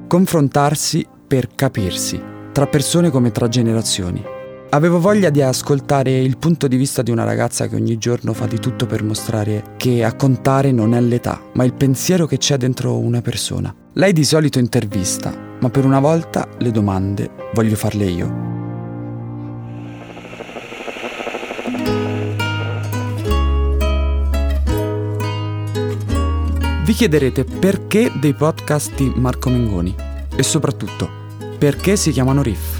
Confrontarsi per capirsi, tra persone come tra generazioni. Avevo voglia di ascoltare il punto di vista di una ragazza che ogni giorno fa di tutto per mostrare che a contare non è l'età, ma il pensiero che c'è dentro una persona. Lei di solito intervista, ma per una volta le domande voglio farle io. Vi chiederete perché dei podcast di Marco Mengoni e soprattutto perché si chiamano Riff.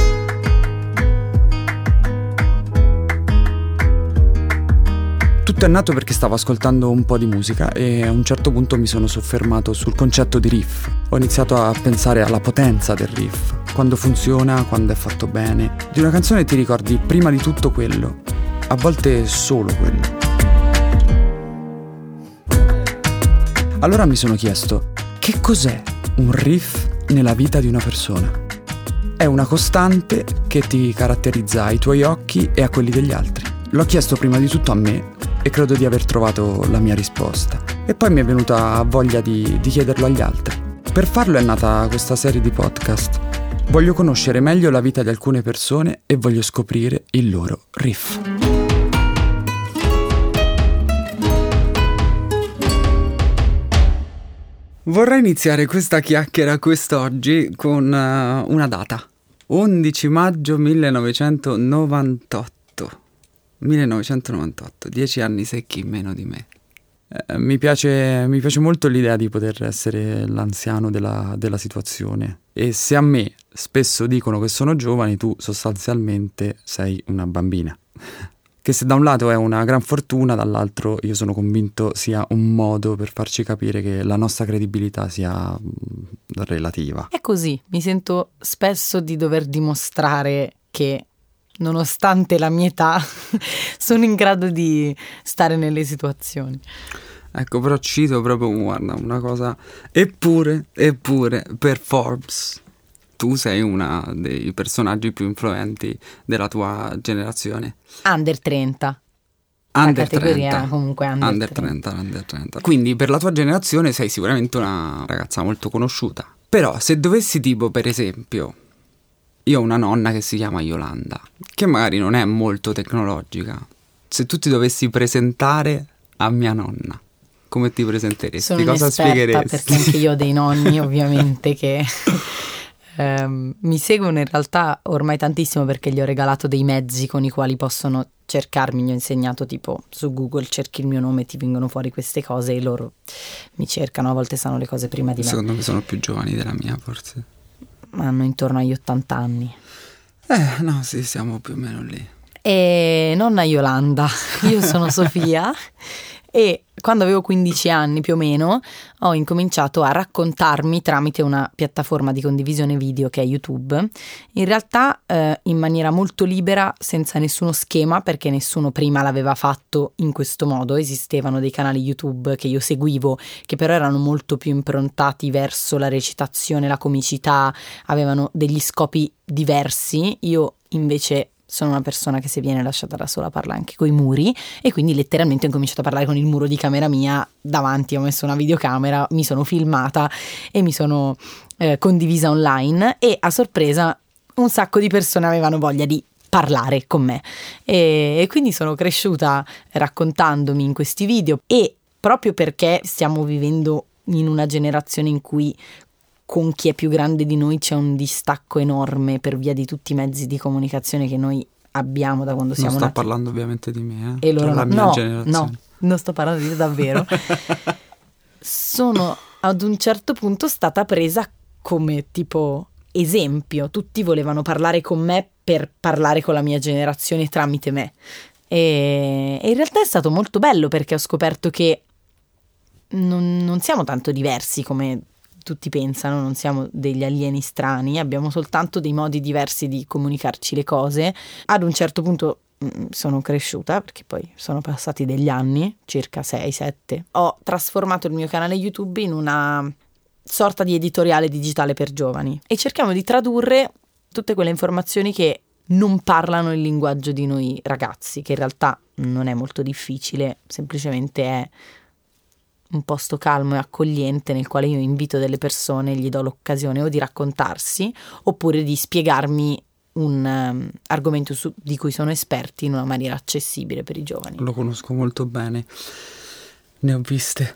Tutto è nato perché stavo ascoltando un po' di musica e a un certo punto mi sono soffermato sul concetto di riff. Ho iniziato a pensare alla potenza del riff, quando funziona, quando è fatto bene. Di una canzone ti ricordi prima di tutto quello, a volte solo quello. Allora mi sono chiesto, che cos'è un riff nella vita di una persona? È una costante che ti caratterizza ai tuoi occhi e a quelli degli altri. L'ho chiesto prima di tutto a me e credo di aver trovato la mia risposta. E poi mi è venuta voglia di chiederlo agli altri. Per farlo è nata questa serie di podcast. Voglio conoscere meglio la vita di alcune persone e voglio scoprire il loro riff. Vorrei iniziare questa chiacchiera quest'oggi con una data. 11 maggio 1998. 1998, 10 anni secchi in meno di me. Mi piace molto l'idea di poter essere l'anziano della situazione. E se a me spesso dicono che sono giovane, tu sostanzialmente sei una bambina. Che se da un lato è una gran fortuna, dall'altro io sono convinto sia un modo per farci capire che la nostra credibilità sia relativa. È così, mi sento spesso di dover dimostrare che nonostante la mia età sono in grado di stare nelle situazioni. Ecco, però cito proprio, guarda, una cosa, eppure per Forbes tu sei uno dei personaggi più influenti della tua generazione. Under 30. Under la categoria 30. Comunque under 30. Under 30. Quindi per la tua generazione sei sicuramente una ragazza molto conosciuta. Però se dovessi tipo, per esempio, io ho una nonna che si chiama Yolanda, che magari non è molto tecnologica. Se tu ti dovessi presentare a mia nonna, come ti presenteresti? Sono cosa spiegheresti? Perché anche io ho dei nonni ovviamente che mi seguono in realtà ormai tantissimo perché gli ho regalato dei mezzi con i quali possono cercarmi. Gli ho insegnato tipo su Google cerchi il mio nome e ti vengono fuori queste cose e loro mi cercano, a volte sanno le cose prima di me. Secondo me sono più giovani della mia, forse. Hanno intorno agli 80 anni. No, sì, siamo più o meno lì. E nonna Yolanda, io sono Sofia e quando avevo 15 anni più o meno ho incominciato a raccontarmi tramite una piattaforma di condivisione video che è YouTube, in realtà in maniera molto libera, senza nessuno schema, perché nessuno prima l'aveva fatto in questo modo. Esistevano dei canali YouTube che io seguivo che però erano molto più improntati verso la recitazione, la comicità, avevano degli scopi diversi. Io invece sono una persona che se viene lasciata da sola parla anche coi muri e quindi letteralmente ho cominciato a parlare con il muro di camera mia davanti, ho messo una videocamera, mi sono filmata e mi sono condivisa online e a sorpresa un sacco di persone avevano voglia di parlare con me e quindi sono cresciuta raccontandomi in questi video e proprio perché stiamo vivendo in una generazione in cui con chi è più grande di noi c'è un distacco enorme per via di tutti i mezzi di comunicazione che noi abbiamo da quando siamo nati. Non sto parlando ovviamente di me, e loro la mia generazione. No, non sto parlando di te davvero. Sono ad un certo punto stata presa come tipo esempio. Tutti volevano parlare con me per parlare con la mia generazione tramite me. E in realtà è stato molto bello perché ho scoperto che non siamo tanto diversi come tutti pensano, non siamo degli alieni strani, abbiamo soltanto dei modi diversi di comunicarci le cose. Ad un certo punto sono cresciuta, perché poi sono passati degli anni, circa 6-7. Ho trasformato il mio canale YouTube in una sorta di editoriale digitale per giovani e cerchiamo di tradurre tutte quelle informazioni che non parlano il linguaggio di noi ragazzi, che in realtà non è molto difficile, semplicemente è un posto calmo e accogliente nel quale io invito delle persone, gli do l'occasione o di raccontarsi oppure di spiegarmi un argomento di cui sono esperti in una maniera accessibile per i giovani. Lo conosco molto bene, ne ho viste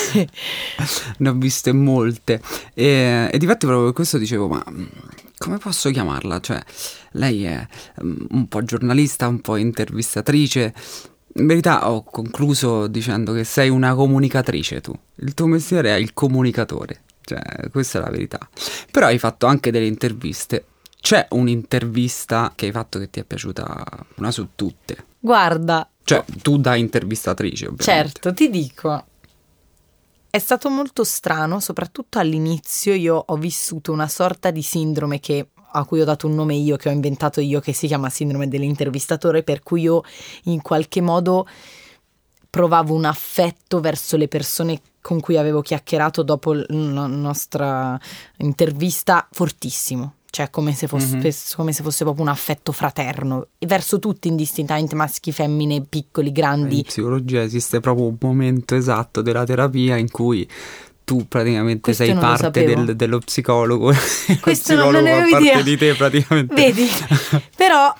ne ho viste molte e difatti proprio per questo dicevo, ma come posso chiamarla? Cioè, lei è un po' giornalista, un po' intervistatrice. In verità ho concluso dicendo che sei una comunicatrice tu. Il tuo mestiere è il comunicatore. Cioè, questa è la verità. Però hai fatto anche delle interviste. C'è un'intervista che hai fatto che ti è piaciuta, una su tutte? Guarda. Cioè, tu da intervistatrice, ovviamente. Certo, ti dico. È stato molto strano, soprattutto all'inizio io ho vissuto una sorta di sindrome a cui ho dato un nome io, che ho inventato io, che si chiama sindrome dell'intervistatore, per cui io in qualche modo provavo un affetto verso le persone con cui avevo chiacchierato dopo la nostra intervista fortissimo. Cioè come se fosse proprio un affetto fraterno e verso tutti indistintamente, maschi, femmine, piccoli, grandi. In psicologia esiste proprio un momento esatto della terapia in cui tu praticamente questo sei parte dello psicologo. Questo lo psicologo non ne avevo fa parte idea di te praticamente. Vedi? Però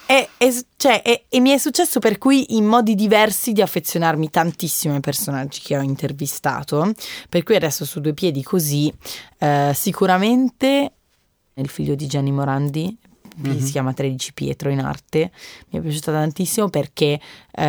e mi è successo per cui in modi diversi di affezionarmi tantissimo ai personaggi che ho intervistato, per cui adesso su due piedi così sicuramente il figlio di Gianni Morandi, che si chiama 13 Pietro in arte, mi è piaciuta tantissimo perché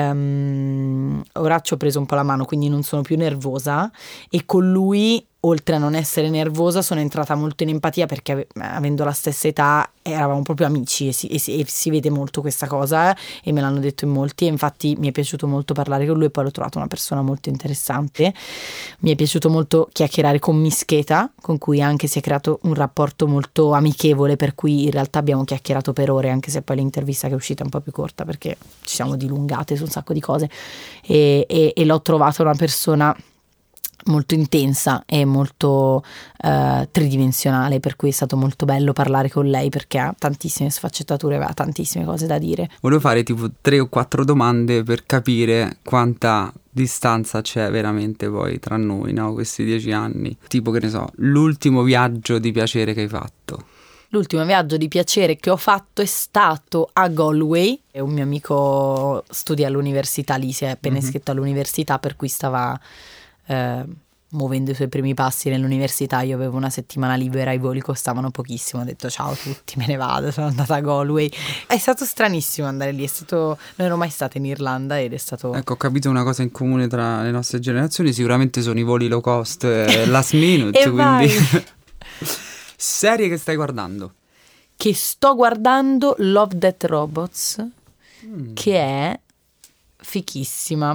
ora ci ho preso un po' la mano, quindi non sono più nervosa, e con lui, oltre a non essere nervosa, sono entrata molto in empatia perché avendo la stessa età eravamo proprio amici e si vede molto questa cosa e me l'hanno detto in molti, e infatti mi è piaciuto molto parlare con lui e poi l'ho trovato una persona molto interessante. Mi è piaciuto molto chiacchierare con Mischeta, con cui anche si è creato un rapporto molto amichevole, per cui in realtà abbiamo chiacchierato per ore, anche se poi l'intervista che è uscita è un po' più corta perché ci siamo dilungate su un sacco di cose e l'ho trovata una persona molto intensa e molto tridimensionale, per cui è stato molto bello parlare con lei perché ha tantissime sfaccettature, aveva tantissime cose da dire. Volevo fare tipo 3 o 4 domande per capire quanta distanza c'è veramente poi tra noi, no? Questi 10 anni. Tipo, che ne so, l'ultimo viaggio di piacere che hai fatto. L'ultimo viaggio di piacere che ho fatto è stato a Galway. Un mio amico studia all'università lì, si è appena iscritto all'università, per cui stava muovendo i suoi primi passi nell'università. Io avevo una settimana libera, i voli costavano pochissimo, ho detto ciao a tutti, me ne vado, sono andata a Galway. È stato stranissimo andare lì, non ero mai stata in Irlanda ed è stato... Ecco, ho capito una cosa in comune tra le nostre generazioni, sicuramente sono i voli low cost last minute. E quindi serie che stai guardando? Che sto guardando Love, Death Robots, che è fichissima.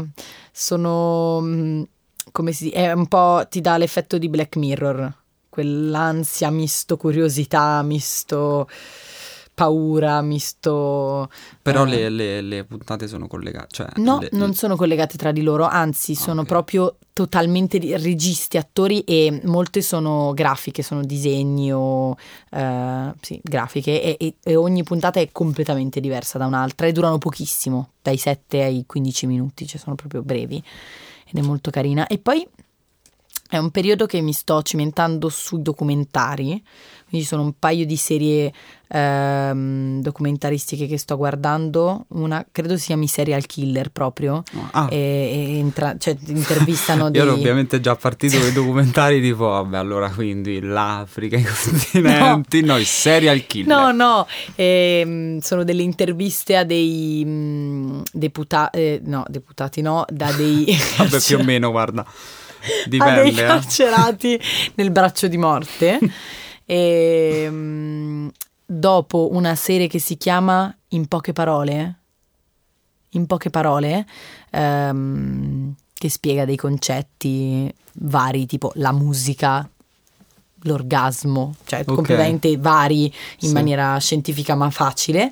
È un po', ti dà l'effetto di Black Mirror, quell'ansia misto curiosità, misto paura, misto... Però le puntate sono collegate, cioè... No, non sono collegate tra di loro, anzi sono proprio totalmente registi, attori, e molte sono grafiche, sono disegni o grafiche, e ogni puntata è completamente diversa da un'altra e durano pochissimo, dai 7 ai 15 minuti, cioè sono proprio brevi. Ed è molto carina. E poi è un periodo che mi sto cimentando sui documentari, quindi ci sono un paio di serie documentaristiche che sto guardando. Una credo si chiami Serial Killer proprio, cioè intervistano Io ero ovviamente già partito con i documentari tipo vabbè, allora quindi l'Africa, i continenti, no, il Serial Killer. No, sono delle interviste a dei deputati da dei vabbè, più o meno, guarda, dipende, a dei carcerati nel braccio di morte. E dopo una serie che si chiama In poche parole, che spiega dei concetti vari, tipo la musica, l'orgasmo, cioè completamente vari in maniera scientifica ma facile,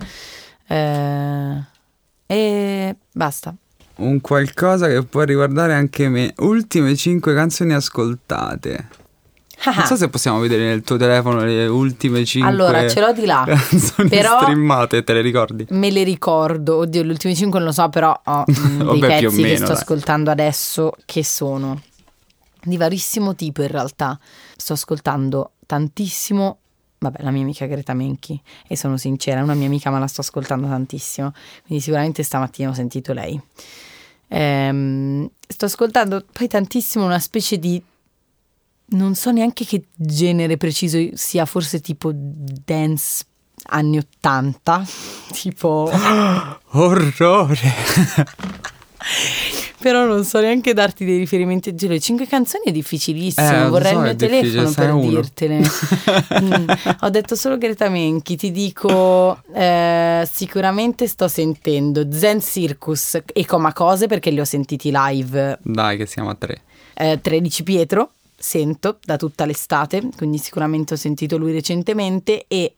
e basta. Un qualcosa che può riguardare anche me. Ultime 5 canzoni ascoltate. Non so se possiamo vedere nel tuo telefono le ultime 5 allora ce l'ho di là canzoni però streamate, te le ricordi? Me le ricordo, oddio, le ultime 5 non lo so, però ho dei pezzi che sto ascoltando adesso che sono di varissimo tipo in realtà. Sto ascoltando tantissimo, vabbè, la mia amica Greta Menchi, e sono sincera, è una mia amica ma la sto ascoltando tantissimo, quindi sicuramente stamattina ho sentito lei. Sto ascoltando poi tantissimo una specie di, non so neanche che genere preciso sia, forse tipo dance anni 80, tipo orrore. Però non so neanche darti dei riferimenti. Le 5 canzoni è difficilissimo, vorrei il mio telefono per dirtene. Ho detto solo Greta Menchi, ti dico sicuramente sto sentendo Zen Circus e Coma Cose, perché li ho sentiti live. Dai, che siamo a 3. 13 Pietro sento da tutta l'estate, quindi sicuramente ho sentito lui recentemente. E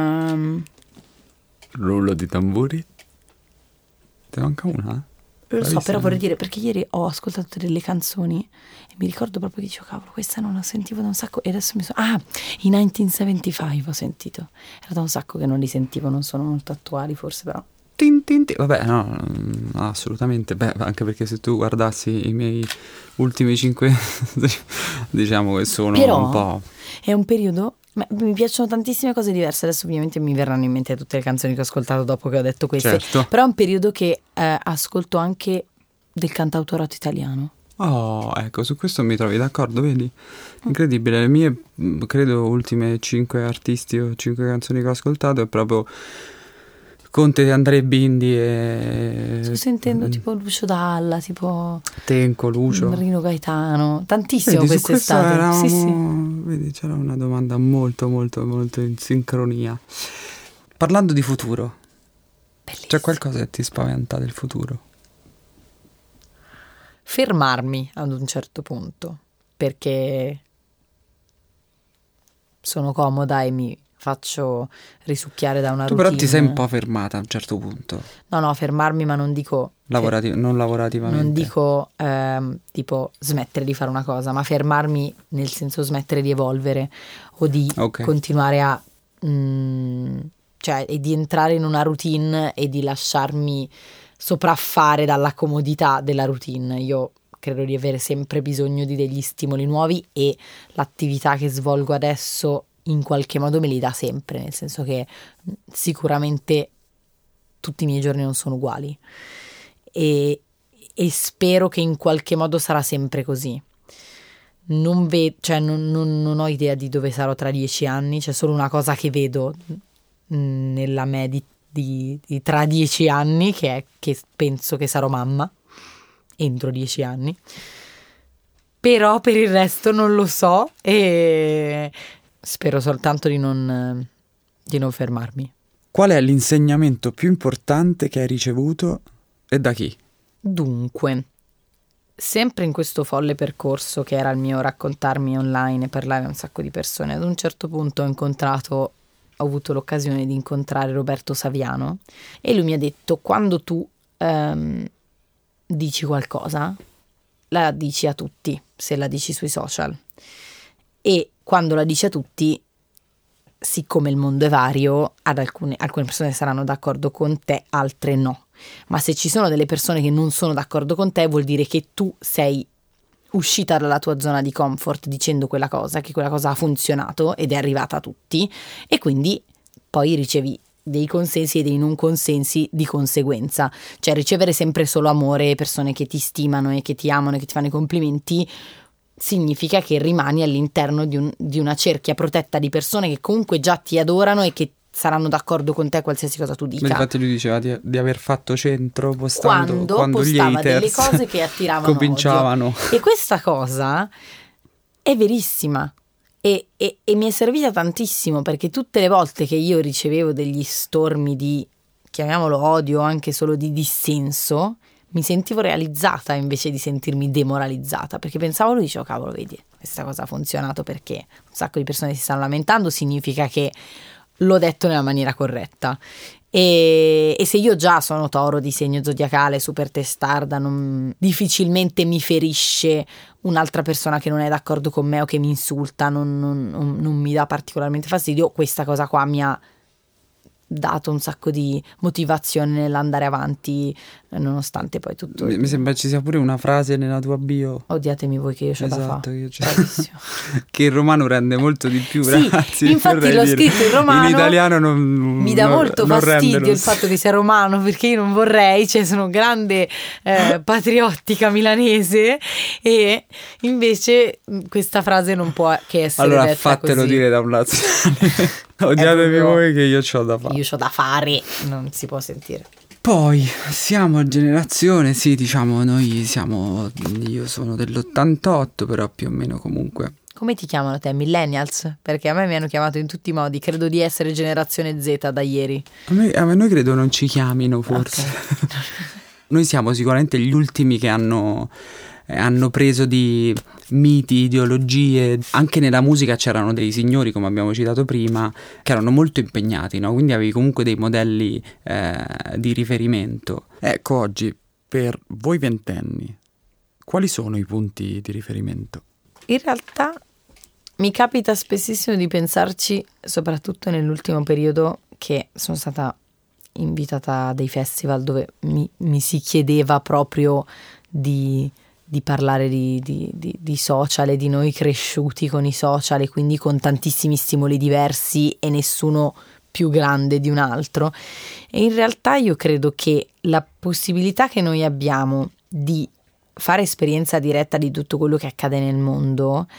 rullo di tamburi. Te manca una? Lo so, però vorrei dire, perché ieri ho ascoltato delle canzoni e mi ricordo proprio che dicevo, cavolo, questa non la sentivo da un sacco, e adesso i 1975 ho sentito. Era da un sacco che non li sentivo, non sono molto attuali forse, però. Tin, tin, tin. Vabbè, no, assolutamente. Beh, anche perché se tu guardassi i miei ultimi 5, diciamo che sono però un po'... È un periodo... Mi piacciono tantissime cose diverse. Adesso ovviamente mi verranno in mente tutte le canzoni che ho ascoltato dopo che ho detto queste. Certo. Però è un periodo che ascolto anche del cantautorato italiano. Oh, ecco, su questo mi trovi d'accordo, vedi? Incredibile. Le mie, credo, ultime 5 artisti o 5 canzoni che ho ascoltato è proprio Conte di Andrea Bindi e... Sto sentendo tipo Lucio Dalla, tipo Tenco, Lucio, Rino Gaetano, tantissimo. vedi, quest'estate. Eravamo, sì. Vedi, c'era una domanda molto molto molto in sincronia. Parlando di futuro, Bellissimo. c'è qualcosa che ti spaventa del futuro? Fermarmi ad un certo punto, perché sono comoda e mi faccio risucchiare da una Tu routine. però ti sei un po' fermata a un certo punto. No, fermarmi, ma non dico Non lavorativamente. non dico tipo smettere di fare una cosa, ma fermarmi nel senso smettere di evolvere o di continuare a cioè, e di entrare in una routine e di lasciarmi sopraffare dalla comodità della routine. Io credo di avere sempre bisogno di degli stimoli nuovi, e l'attività che svolgo adesso in qualche modo me li dà sempre, nel senso che sicuramente tutti i miei giorni non sono uguali, e spero che in qualche modo sarà sempre così. Non ho idea di dove sarò tra 10 anni, c'è solo una cosa che vedo nella me di tra 10 anni, che è che penso che sarò mamma entro 10 anni, però per il resto non lo so, e spero soltanto di non fermarmi. Qual è l'insegnamento più importante che hai ricevuto e da chi? Dunque, sempre in questo folle percorso che era il mio raccontarmi online e parlare a un sacco di persone, ad un certo punto ho avuto l'occasione di incontrare Roberto Saviano, e lui mi ha detto: quando tu dici qualcosa, la dici a tutti, se la dici sui social, e quando la dici a tutti, siccome il mondo è vario, alcune persone saranno d'accordo con te, altre no, ma se ci sono delle persone che non sono d'accordo con te, vuol dire che tu sei uscita dalla tua zona di comfort dicendo quella cosa, che quella cosa ha funzionato ed è arrivata a tutti, e quindi poi ricevi dei consensi e dei non consensi di conseguenza. Cioè, ricevere sempre solo amore, persone che ti stimano e che ti amano e che ti fanno i complimenti, significa che rimani all'interno di una cerchia protetta di persone che comunque già ti adorano e che saranno d'accordo con te qualsiasi cosa tu dica. Infatti lui diceva di aver fatto centro quando postava delle cose che attiravano cominciavano odio. E questa cosa è verissima, e mi è servita tantissimo, perché tutte le volte che io ricevevo degli stormi di, chiamiamolo odio, anche solo di dissenso, mi sentivo realizzata invece di sentirmi demoralizzata, perché pensavo, lui dicevo, cavolo, vedi, questa cosa ha funzionato perché un sacco di persone si stanno lamentando, significa che l'ho detto nella maniera corretta. E se io già sono Toro di segno zodiacale, super testarda, difficilmente mi ferisce un'altra persona che non è d'accordo con me o che mi insulta, non mi dà particolarmente fastidio, questa cosa qua mi ha dato un sacco di motivazione nell'andare avanti, nonostante poi tutto. Mi sembra ci sia pure una frase nella tua bio. Odiatemi voi che io c'ho da Esatto, fare. che che il romano rende molto di più, sì, ragazzi. infatti l'ho scritto in romano. In italiano mi dà molto fastidio il fatto che sia romano, perché io non vorrei, cioè sono un grande patriottica milanese, e invece questa frase non può che essere allora detta fatelo così. dire da un laziale. Odiatemi voi che io c'ho da fare. Io c'ho da fare, non si può sentire. Poi siamo a generazione, sì, diciamo io sono dell'88, però più o meno comunque. Come ti chiamano te? Millennials? Perché a me mi hanno chiamato in tutti i modi, credo di essere generazione Z da ieri. A noi credo non ci chiamino forse. Okay. Noi siamo sicuramente gli ultimi che hanno preso di miti, ideologie. Anche nella musica c'erano dei signori, come abbiamo citato prima, che erano molto impegnati, no? Quindi avevi comunque dei modelli di riferimento. Ecco, oggi per voi ventenni quali sono i punti di riferimento? In realtà mi capita spessissimo di pensarci, soprattutto nell'ultimo periodo, che sono stata invitata a dei festival dove mi si chiedeva proprio di parlare di social e di noi cresciuti con i social, e quindi con tantissimi stimoli diversi e nessuno più grande di un altro. E in realtà io credo che la possibilità che noi abbiamo di fare esperienza diretta di tutto quello che accade nel mondo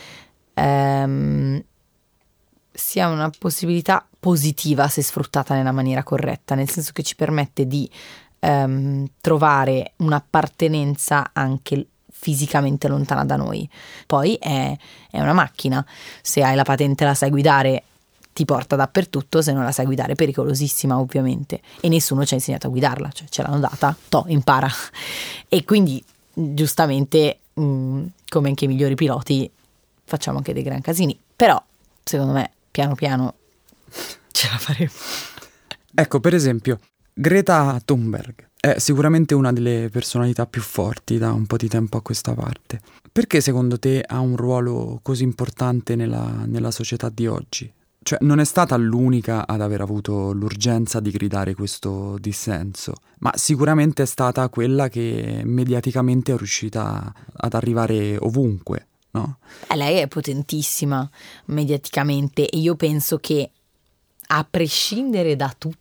sia una possibilità positiva se sfruttata nella maniera corretta, nel senso che ci permette di trovare un'appartenenza anche fisicamente lontana da noi. Poi è una macchina, se hai la patente la sai guidare ti porta dappertutto, se non la sai guidare è pericolosissima ovviamente, e nessuno ci ha insegnato a guidarla, cioè ce l'hanno data, impara. E quindi giustamente come anche i migliori piloti facciamo anche dei gran casini, però secondo me piano piano ce la faremo. Ecco, per esempio Greta Thunberg è sicuramente una delle personalità più forti da un po' di tempo a questa parte. Perché secondo te ha un ruolo così importante nella società di oggi? Cioè, non è stata l'unica ad aver avuto l'urgenza di gridare questo dissenso, ma sicuramente è stata quella che mediaticamente è riuscita ad arrivare ovunque, no? Lei è potentissima mediaticamente, e io penso che, a prescindere da tutto,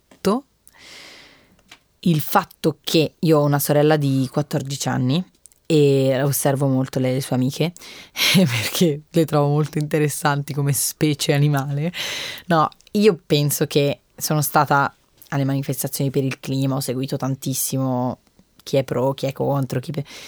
il fatto che io ho una sorella di 14 anni e osservo molto lei e le sue amiche perché le trovo molto interessanti come specie animale. No, io penso che sono stata alle manifestazioni per il clima, ho seguito tantissimo chi è pro, chi è contro,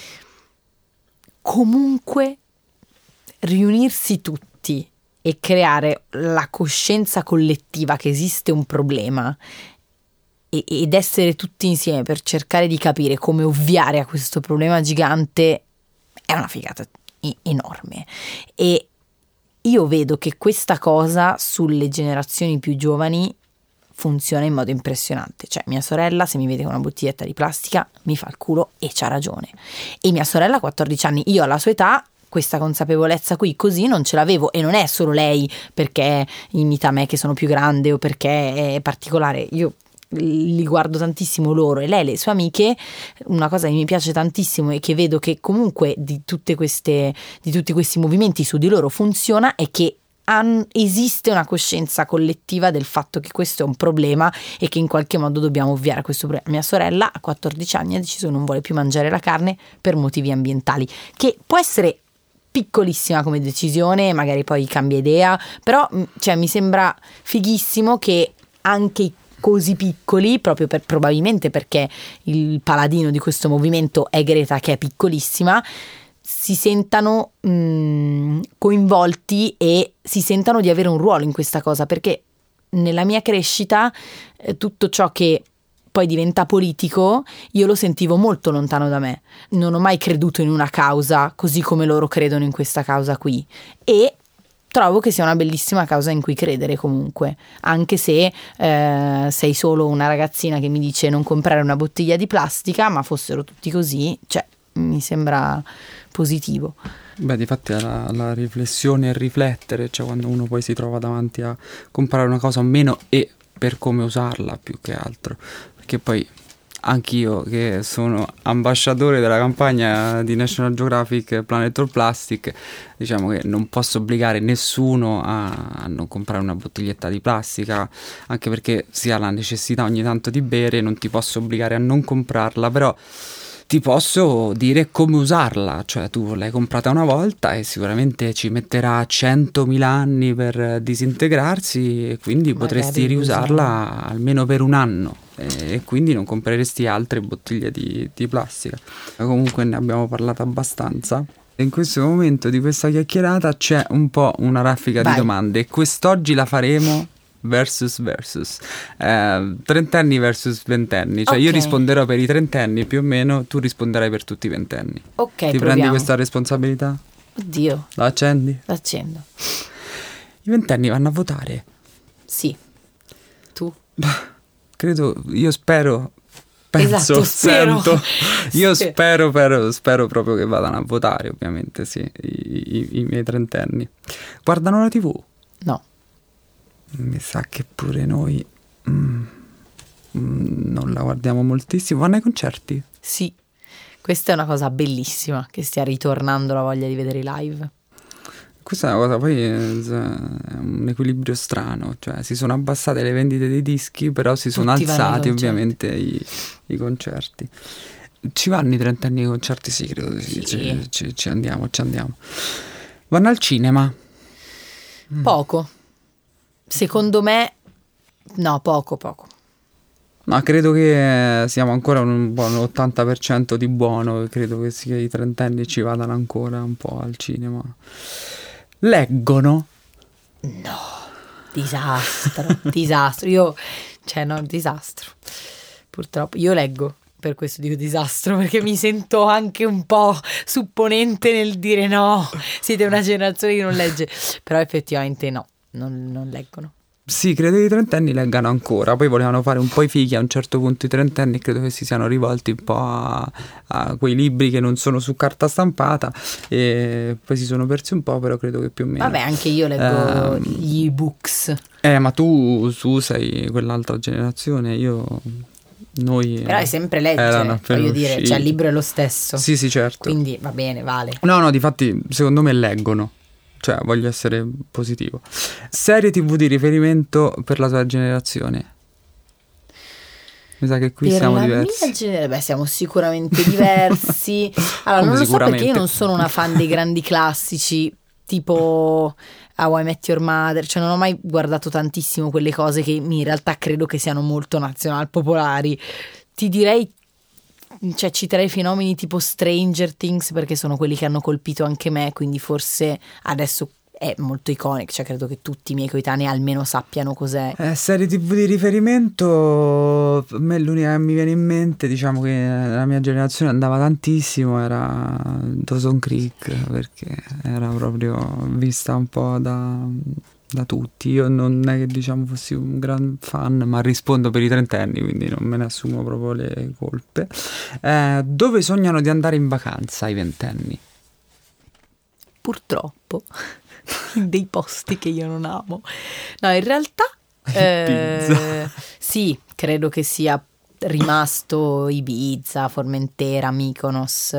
comunque riunirsi tutti e creare la coscienza collettiva che esiste un problema ed essere tutti insieme per cercare di capire come ovviare a questo problema gigante è una figata enorme. E io vedo che questa cosa sulle generazioni più giovani funziona in modo impressionante. Cioè, mia sorella, se mi vede con una bottiglietta di plastica, mi fa il culo, e c'ha ragione. E mia sorella ha 14 anni, io alla sua età questa consapevolezza qui così non ce l'avevo, e non è solo lei perché imita me che sono più grande o perché è particolare. Io li guardo tantissimo loro, e lei, le sue amiche. Una cosa che mi piace tantissimo e che vedo che comunque di tutti questi movimenti su di loro funziona è che esiste una coscienza collettiva del fatto che questo è un problema e che in qualche modo dobbiamo ovviare a questo problema. Mia sorella a 14 anni ha deciso che non vuole più mangiare la carne per motivi ambientali, che può essere piccolissima come decisione, magari poi cambia idea, però cioè, mi sembra fighissimo che anche i così piccoli, proprio probabilmente perché il paladino di questo movimento è Greta, che è piccolissima, si sentano coinvolti e si sentano di avere un ruolo in questa cosa, perché nella mia crescita tutto ciò che poi diventa politico io lo sentivo molto lontano da me. Non ho mai creduto in una causa così come loro credono in questa causa qui, e trovo che sia una bellissima causa in cui credere comunque, anche se sei solo una ragazzina che mi dice non comprare una bottiglia di plastica, ma fossero tutti così, cioè mi sembra positivo. Beh, difatti la riflessione e riflettere, cioè quando uno poi si trova davanti a comprare una cosa o meno, e per come usarla più che altro, perché poi anch'io che sono ambasciatore della campagna di National Geographic Planet or Plastic, diciamo che non posso obbligare nessuno a non comprare una bottiglietta di plastica, anche perché si ha la necessità ogni tanto di bere, non ti posso obbligare a non comprarla, però ti posso dire come usarla, cioè tu l'hai comprata una volta e sicuramente ci metterà 100.000 anni per disintegrarsi e quindi Magari potresti riusarla almeno per un anno e quindi non compreresti altre bottiglie di plastica. Comunque ne abbiamo parlato abbastanza. In questo momento di questa chiacchierata c'è un po' una raffica di domande e quest'oggi la faremo versus trentenni versus ventenni, cioè io risponderò per i trentenni più o meno, tu risponderai per tutti i ventenni. Ok, ti prendi questa responsabilità? Oddio, la accendi? L'accendo. I ventenni vanno a votare? Sì. Tu? Credo, io spero, penso, esatto, sento, io spero proprio che vadano a votare, ovviamente sì, i miei trentenni. Guardano la TV? No. Mi sa che pure noi non la guardiamo moltissimo. Vanno ai concerti? Sì, questa è una cosa bellissima, che stia ritornando la voglia di vedere i live. Questa è una cosa, poi è un equilibrio strano, cioè si sono abbassate le vendite dei dischi, però si sono alzati ovviamente i concerti. Ci vanno i trentenni ai concerti? Sì, credo sì. Ci andiamo. Vanno al cinema? Poco. Secondo me, no, poco. Ma credo che siamo ancora un buon 80% di buono, credo che i trentenni ci vadano ancora un po' al cinema. Leggono? No, disastro. Disastro. Purtroppo, io leggo, per questo dico disastro, perché mi sento anche un po' supponente nel dire no, siete una generazione che non legge, però effettivamente no. Non leggono. Sì, credo che i trentenni leggano ancora. Poi volevano fare un po' i fighi a un certo punto i trentenni, credo che si siano rivolti un po' a quei libri che non sono su carta stampata e poi si sono persi un po', però credo che più o meno. Vabbè, anche io leggo gli e-books. Ma tu sei quell'altra generazione, noi però è sempre leggere, voglio dire, cioè il libro è lo stesso. Sì, certo. Quindi va bene, vale. No, difatti secondo me leggono. Cioè, voglio essere positivo. Serie TV di riferimento per la tua generazione? Mi sa che qui siamo diversi. Siamo sicuramente diversi. Allora, non lo so perché io non sono una fan dei grandi classici, tipo How I Met Your Mother. Cioè, non ho mai guardato tantissimo quelle cose che in realtà credo che siano molto nazional popolari. Ti direi, cioè citerei fenomeni tipo Stranger Things perché sono quelli che hanno colpito anche me, quindi forse adesso è molto iconico, cioè credo che tutti i miei coetanei almeno sappiano cos'è. Serie TV di riferimento, a me l'unica che mi viene in mente, diciamo che la mia generazione andava tantissimo, era Dawson's Creek, perché era proprio vista un po' da tutti. Io non è che diciamo fossi un gran fan, ma rispondo per i trentenni, quindi non me ne assumo proprio le colpe. Dove sognano di andare in vacanza i ventenni? Purtroppo in dei posti che io non amo. No, in realtà sì, credo che sia rimasto Ibiza, Formentera, Mykonos,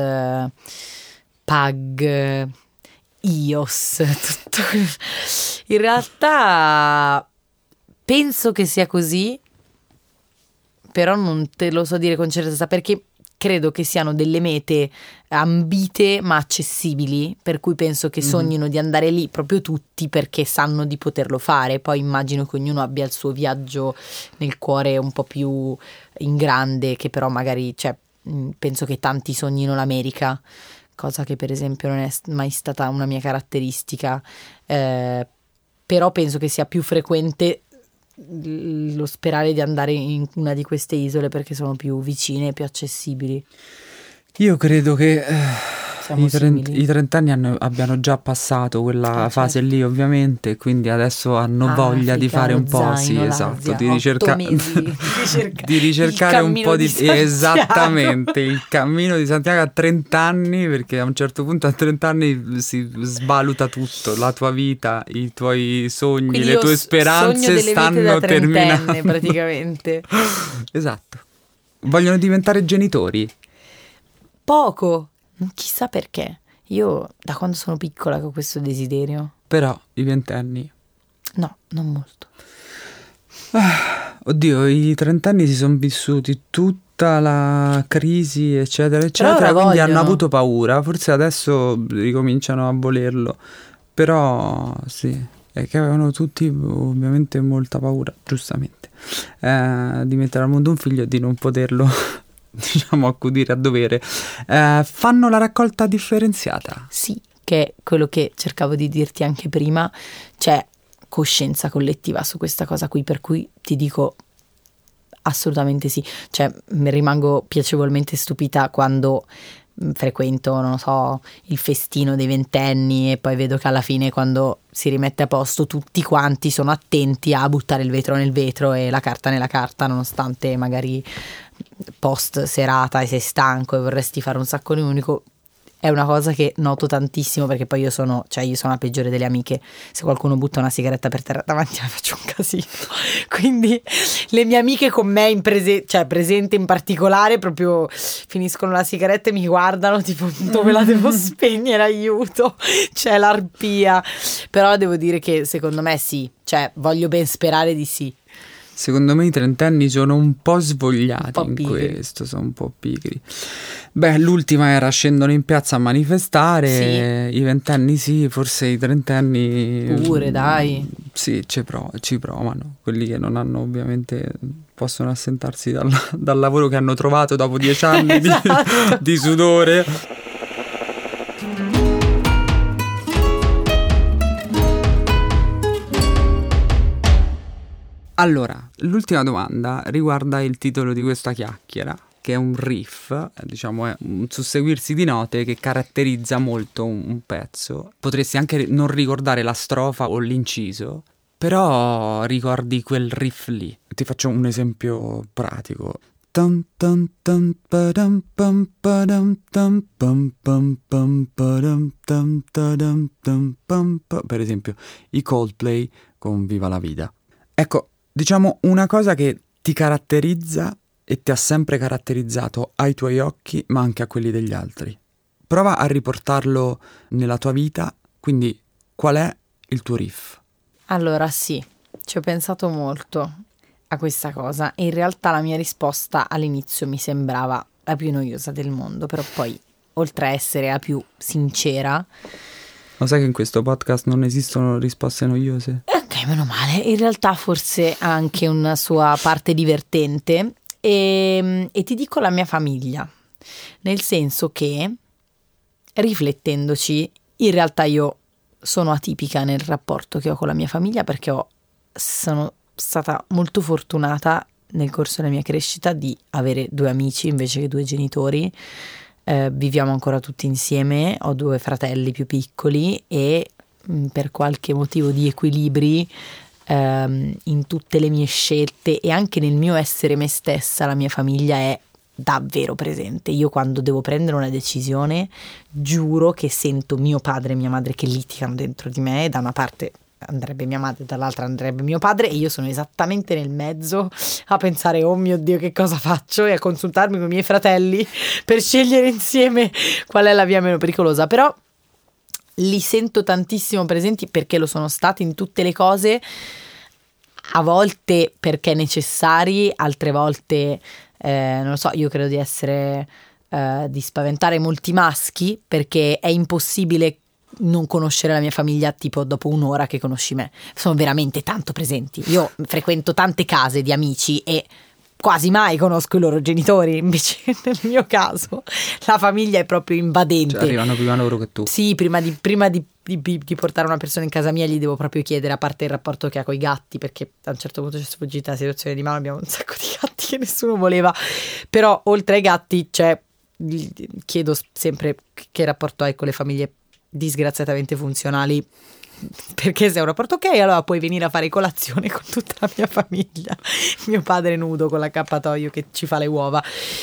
Pag, Ios, tutto. In realtà penso che sia così, però non te lo so dire con certezza, perché credo che siano delle mete ambite ma accessibili, per cui penso che sognino di andare lì proprio tutti perché sanno di poterlo fare. Poi immagino che ognuno abbia il suo viaggio nel cuore un po' più in grande, che però magari, cioè, penso che tanti sognino l'America, cosa che per esempio non è mai stata una mia caratteristica, però penso che sia più frequente lo sperare di andare in una di queste isole perché sono più vicine e più accessibili. Io credo che siamo simili. I 30 anni abbiano già passato quella fase certo. lì, ovviamente, quindi adesso hanno voglia di fare un po', sì, esatto, di di ricercare un po' di esattamente il cammino di Santiago a 30 anni, perché a un certo punto a 30 anni si svaluta tutto, la tua vita, i tuoi sogni, quindi le tue speranze stanno terminando praticamente. Esatto. Vogliono diventare genitori? Poco, chissà perché. Io da quando sono piccola che ho questo desiderio. Però i 20 anni? No, non molto. Oddio, i 30 anni si sono vissuti tutta la crisi, eccetera, eccetera, quindi hanno avuto paura. Forse adesso ricominciano a volerlo. Però sì, è che avevano tutti ovviamente molta paura, giustamente, di mettere al mondo un figlio e di non poterlo diciamo accudire a dovere. Fanno la raccolta differenziata? Sì, che è quello che cercavo di dirti anche prima. C'è coscienza collettiva su questa cosa qui, per cui ti dico assolutamente sì. Cioè rimango piacevolmente stupita quando frequento, non so, il festino dei 20enni e poi vedo che alla fine, quando si rimette a posto, tutti quanti sono attenti a buttare il vetro nel vetro e la carta nella carta, nonostante magari post serata e sei stanco e vorresti fare un saccone unico. È una cosa che noto tantissimo, perché poi io sono la peggiore delle amiche. Se qualcuno butta una sigaretta per terra davanti a me faccio un casino. Quindi le mie amiche con me presente in particolare, proprio finiscono la sigaretta e mi guardano tipo dove la devo spegnere, aiuto, c'è l'arpia. Però devo dire che secondo me sì, cioè voglio ben sperare di sì. Secondo me i 30 anni sono un po' svogliati in pigri. Questo, sono un po' pigri. Beh, l'ultima era scendono in piazza a manifestare, sì. I 20 anni sì, forse i 30 anni pure, dai. Sì, ci provano. Quelli che non hanno, ovviamente, possono assentarsi dal lavoro che hanno trovato dopo 10 anni esatto. di sudore. Allora, l'ultima domanda riguarda il titolo di questa chiacchiera, che è un riff, diciamo è un susseguirsi di note che caratterizza molto un pezzo. Potresti anche non ricordare la strofa o l'inciso, però ricordi quel riff lì. Ti faccio un esempio pratico. Per esempio, i Coldplay con Viva la Vida. Ecco, diciamo una cosa che ti caratterizza e ti ha sempre caratterizzato ai tuoi occhi, ma anche a quelli degli altri. Prova a riportarlo nella tua vita, quindi qual è il tuo riff? Allora sì, ci ho pensato molto a questa cosa e in realtà la mia risposta all'inizio mi sembrava la più noiosa del mondo, però poi, oltre a essere la più sincera... Lo sai che in questo podcast non esistono risposte noiose? Ok, meno male. In realtà forse ha anche una sua parte divertente e ti dico la mia famiglia, nel senso che, riflettendoci, in realtà io sono atipica nel rapporto che ho con la mia famiglia, perché sono stata molto fortunata nel corso della mia crescita di avere 2 amici invece che 2 genitori. Viviamo ancora tutti insieme, ho 2 fratelli più piccoli e per qualche motivo di equilibri in tutte le mie scelte e anche nel mio essere me stessa, la mia famiglia è davvero presente. Io quando devo prendere una decisione giuro che sento mio padre e mia madre che litigano dentro di me, e da una parte andrebbe mia madre, dall'altra andrebbe mio padre e io sono esattamente nel mezzo a pensare oh mio Dio che cosa faccio e a consultarmi con i miei fratelli per scegliere insieme qual è la via meno pericolosa. Però li sento tantissimo presenti perché lo sono stati in tutte le cose, a volte perché necessari, altre volte non lo so, io credo di essere di spaventare molti maschi, perché è impossibile non conoscere la mia famiglia tipo dopo un'ora che conosci me. Sono veramente tanto presenti. Io frequento tante case di amici e quasi mai conosco i loro genitori, invece nel mio caso la famiglia è proprio invadente. Cioè, arrivano prima loro che tu. Sì, prima di portare una persona in casa mia gli devo proprio chiedere, a parte il rapporto che ha coi gatti, perché a un certo punto c'è sfuggita la situazione di mano, abbiamo un sacco di gatti che nessuno voleva, però oltre ai gatti c'è chiedo sempre che rapporto hai con le famiglie disgraziatamente funzionali, perché se è un rapporto ok, allora puoi venire a fare colazione con tutta la mia famiglia, mio padre nudo con l'accappatoio che ci fa le uova,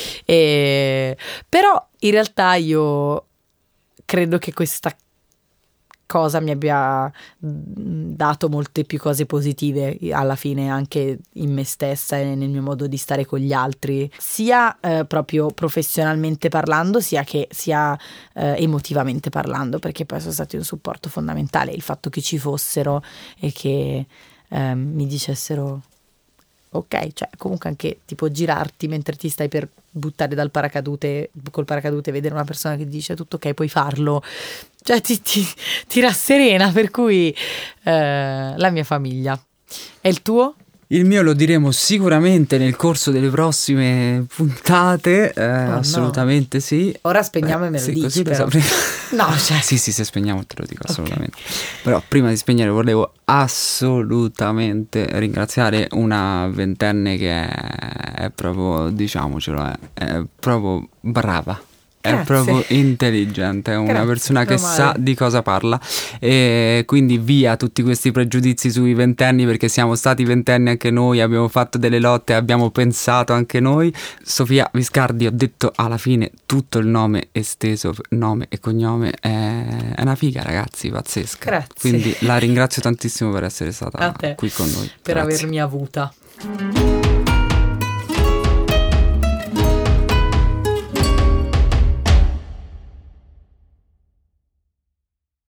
però in realtà io credo che questa cosa mi abbia dato molte più cose positive alla fine, anche in me stessa e nel mio modo di stare con gli altri, sia proprio professionalmente parlando, sia emotivamente parlando, perché poi sono stati un supporto fondamentale il fatto che ci fossero e che mi dicessero ok, cioè comunque anche tipo girarti mentre ti stai per buttare col paracadute, vedere una persona che ti dice tutto ok, puoi farlo, cioè ti rasserena, per cui la mia famiglia. E il tuo? Il mio lo diremo sicuramente nel corso delle prossime puntate, assolutamente no. Sì. Ora spegniamo e me lo sì, dici, così però. Lo no, cioè. Sì, se spegniamo te lo dico assolutamente. Okay. Però prima di spegnere volevo assolutamente ringraziare una ventenne che è proprio, diciamocelo, è proprio brava. Grazie. È proprio intelligente, è una persona che sa di cosa parla, e quindi via tutti questi pregiudizi sui ventenni, perché siamo stati ventenni anche noi, abbiamo fatto delle lotte, abbiamo pensato anche noi. Sofia Viscardi, ho detto alla fine tutto il nome esteso, nome e cognome, è una figa, ragazzi, pazzesca. Grazie. Quindi la ringrazio tantissimo per essere stata qui con noi. Per avermi avuta.